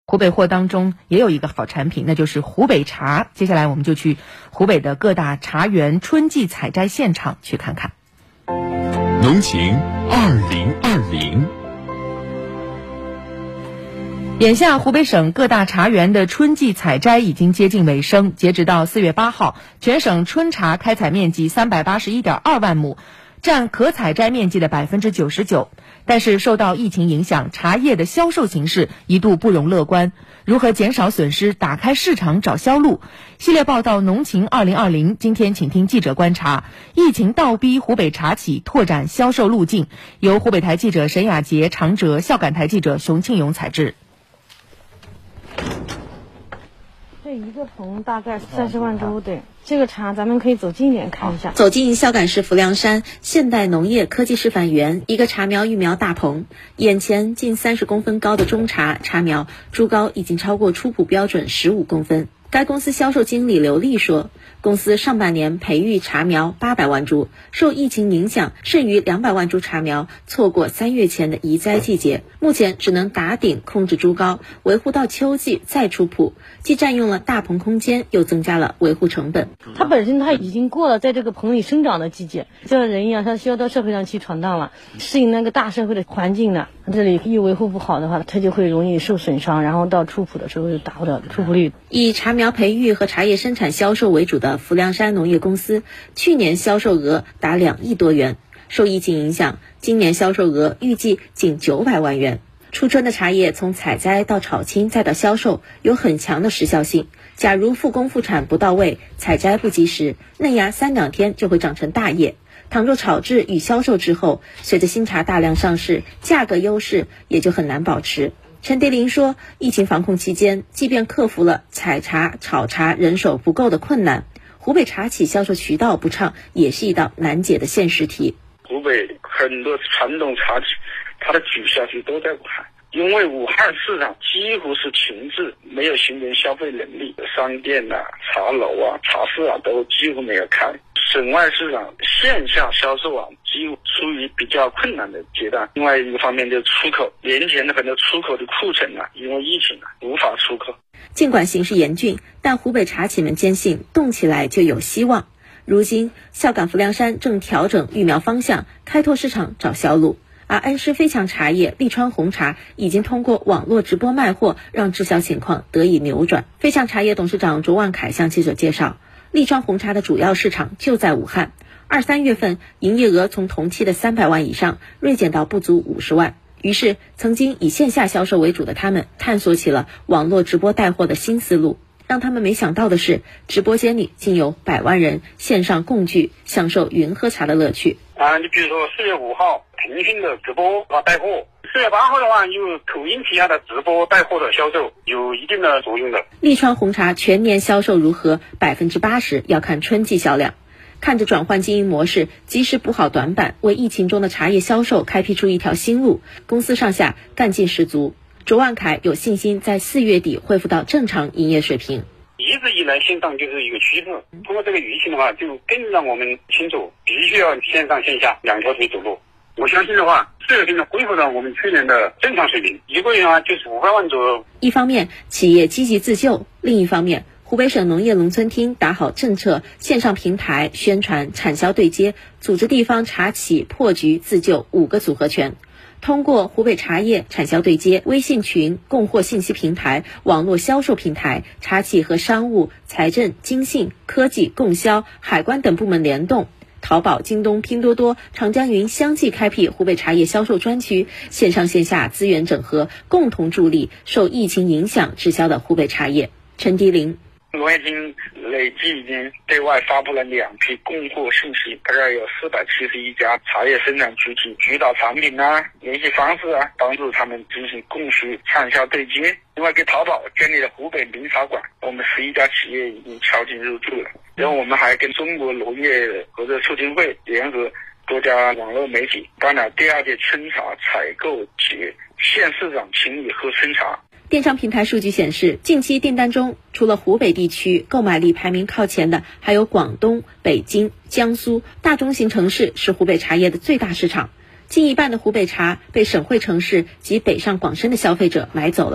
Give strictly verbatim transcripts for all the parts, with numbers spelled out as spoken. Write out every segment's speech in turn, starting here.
湖北货当中也有一个好产品，那就是湖北茶。接下来我们就去湖北的各大茶园春季采摘现场去看看。 农情二零二零。 眼下湖北省各大茶园的春季采摘已经接近尾声，截止到四月八号，全省春茶开采面积三百八十一点二万亩，占可采摘面积的百分之九十九。但是受到疫情影响，茶叶的销售形势一度不容乐观。如何减少损失，打开市场找销路？系列报道农情二零二零，今天请听记者观察：疫情倒逼湖北茶企拓展销售路径。由湖北台记者沈雅杰、常哲，孝感台记者熊庆勇采制。 这一个棚大概三十万株，对。这个茶咱们可以走近一点看一下。 走进孝感市浮梁山现代农业科技示范园，一个茶苗育苗大棚，眼前近三十公分高的中茶茶苗，株高已经超过出圃标准十五公分。该公司销售经理刘丽说，公司上半年培育茶苗八百万株，受疫情影响，剩余两百万株茶苗错过三月前的移栽季节，目前只能打顶控制株高，维护到秋季再出圃，既占用了大棚空间，又增加了维护成本。 它本身它已经过了在这个棚里生长的季节，就像人一样，它需要到社会上去闯荡了，适应那个大社会的环境的。这里一维护不好的话，它就会容易受损伤，然后到出圃的时候就达不了出圃率。 以茶苗培育和茶叶生产销售为主的浮梁山农业公司，去年销售额达两亿多元。受疫情影响，今年销售额预计仅九百万元。初春的茶叶从采摘到炒青再到销售，有很强的时效性。假如复工复产不到位，采摘不及时，嫩芽三两天就会长成大叶。倘若炒制与销售之后，随着新茶大量上市，价格优势也就很难保持。陈迪林说，疫情防控期间，即便克服了采茶、炒茶人手不够的困难，湖北茶企销售渠道不畅也是一道难解的现实题。 湖北很多传统茶企，它的主销区都在武汉，因为武汉市场几乎是停滞，没有形成消费能力，商店啊、茶楼啊、茶室啊都几乎没有开。省外市场线下销售啊，几乎处于比较困难的阶段。另外一个方面就是出口，年前的很多出口的库存啊，因为疫情啊，无法出口。 尽管形势严峻，但湖北茶企们坚信动起来就有希望。如今，孝感浮梁山正调整育苗方向，开拓市场找销路。而恩施飞强茶叶利川红茶已经通过网络直播卖货，让滞销情况得以扭转。飞强茶叶董事长卓万凯向记者介绍，利川红茶的主要市场就在武汉，二三月份营业额从同期的三百万以上锐减到不足五十万。于是，曾经以线下销售为主的他们，探索起了网络直播带货的新思路。让他们没想到的是，直播间里竟有百万人线上共聚，享受云喝茶的乐趣。 啊，你比如说四月五号腾讯的直播啊带货，四月八号的话有口音旗下的直播带货的销售，有一定的作用的。 利川红茶全年销售如何，百分之八十要看春季销量。看着转换经营模式，及时补好短板，为疫情中的茶叶销售开辟出一条新路，公司上下干劲十足。卓万凯有信心在四月底恢复到正常营业水平。 一直以来线上就是一个趋势，通过这个疫情的话，就更让我们清楚必须要线上线下两条腿走路。我相信的话，四月份呢恢复到我们去年的正常水平，一个月啊就是五百万左右。 一方面企业积极自救，另一方面湖北省农业农村厅打好政策、线上平台宣传、产销对接，组织地方茶企破局自救五个组合拳。通过湖北茶叶产销对接、微信群、供货信息平台、网络销售平台，茶企和商务、财政、经信、科技、供销、海关等部门联动，淘宝、京东、拼多多、长江云相继开辟湖北茶叶销售专区，线上线下资源整合，共同助力受疫情影响滞销的湖北茶叶。陈迪林。 农业厅累计已经对外发布了两批供货信息，大概有四百七十一家茶叶生产主体指导产品啊、联系方式啊，帮助他们进行供需畅销对接。另外，给淘宝建立了湖北名茶馆，我们十一家企业已经敲进入驻了。然后我们还跟中国农业合作促进会联合多家网络媒体办了第二届春茶采购节，县市长请你喝春茶。 电商平台数据显示，近期订单中，除了湖北地区，购买力排名靠前的还有广东、北京、江苏，大中型城市是湖北茶叶的最大市场。近一半的湖北茶被省会城市及北上广深的消费者买走了。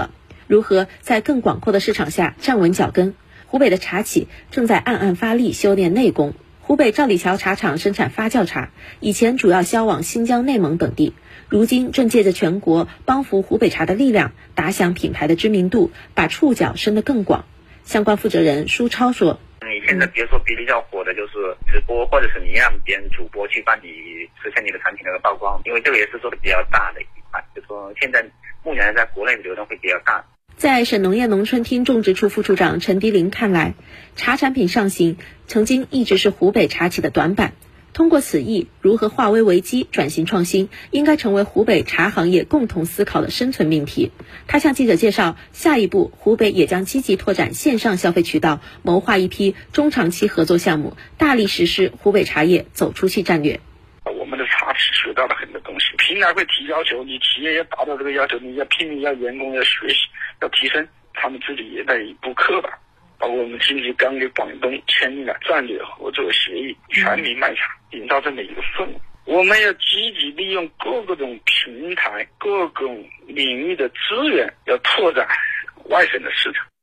如何在更广阔的市场下站稳脚跟。湖北的茶企正在暗暗发力修炼内功。湖北赵李桥茶厂生产发酵茶，以前主要销往新疆、内蒙等地，如今正借着全国帮扶湖北茶的力量，打响品牌的知名度，把触角伸得更广。相关负责人舒超说， 你现在比如说比较火的就是直播，或者是你让别人主播去帮你实现你的产品的曝光，因为这个也是做的比较大的一块，就说现在目前在国内的流动会比较大。 在省农业农村厅种植处副处长陈迪林看来，茶产品上行曾经一直是湖北茶企的短板。通过此役，如何化危为机、转型创新，应该成为湖北茶行业共同思考的生存命题。他向记者介绍，下一步湖北也将积极拓展线上消费渠道，谋划一批中长期合作项目，大力实施湖北茶叶走出去战略。 我们的茶企学到了很多东西，平台会提要求，你企业要达到这个要求，你要拼命，要员工要学习，要提升，他们自己也在补课吧。包括我们近期刚给广东签订了战略合作协议，全民卖茶，营造这么一个氛围。我们要积极利用各种平台、各种领域的资源，要拓展外省的市场。